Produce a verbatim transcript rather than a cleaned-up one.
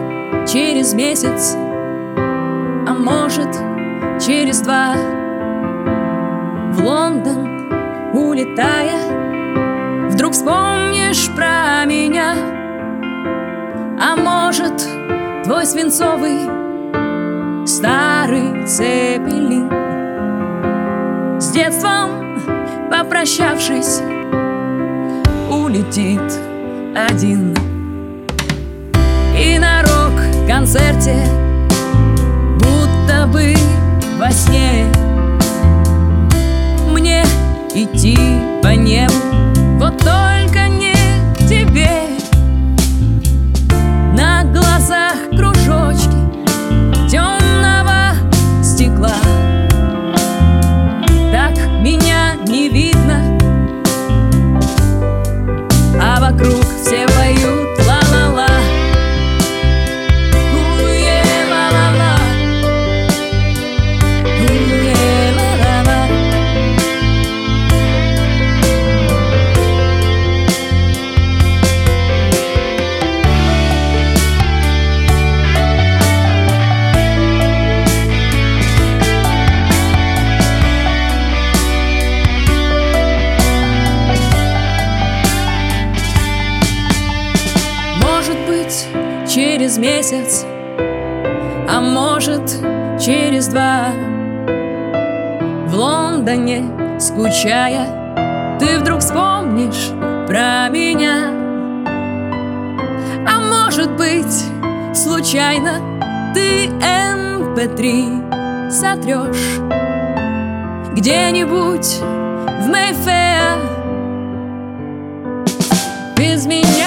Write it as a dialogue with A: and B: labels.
A: через месяц, а может, через два, в Лондон улетая, вдруг вспомнишь про меня. А может, твой свинцовый старый цепелин, с детством попрощавшись, улетит один. И на рок-концерте, будто бы во сне, мне идти по небу, вот только не к тебе. На глазах кружочки темного стекла, так меня не видно, а вокруг все поют ла-ла-ла. Через месяц, а может, через два, в Лондоне скучая, ты вдруг вспомнишь про меня. А может быть, случайно ты эм пэ три сотрешь где-нибудь в Мэйфэа без меня.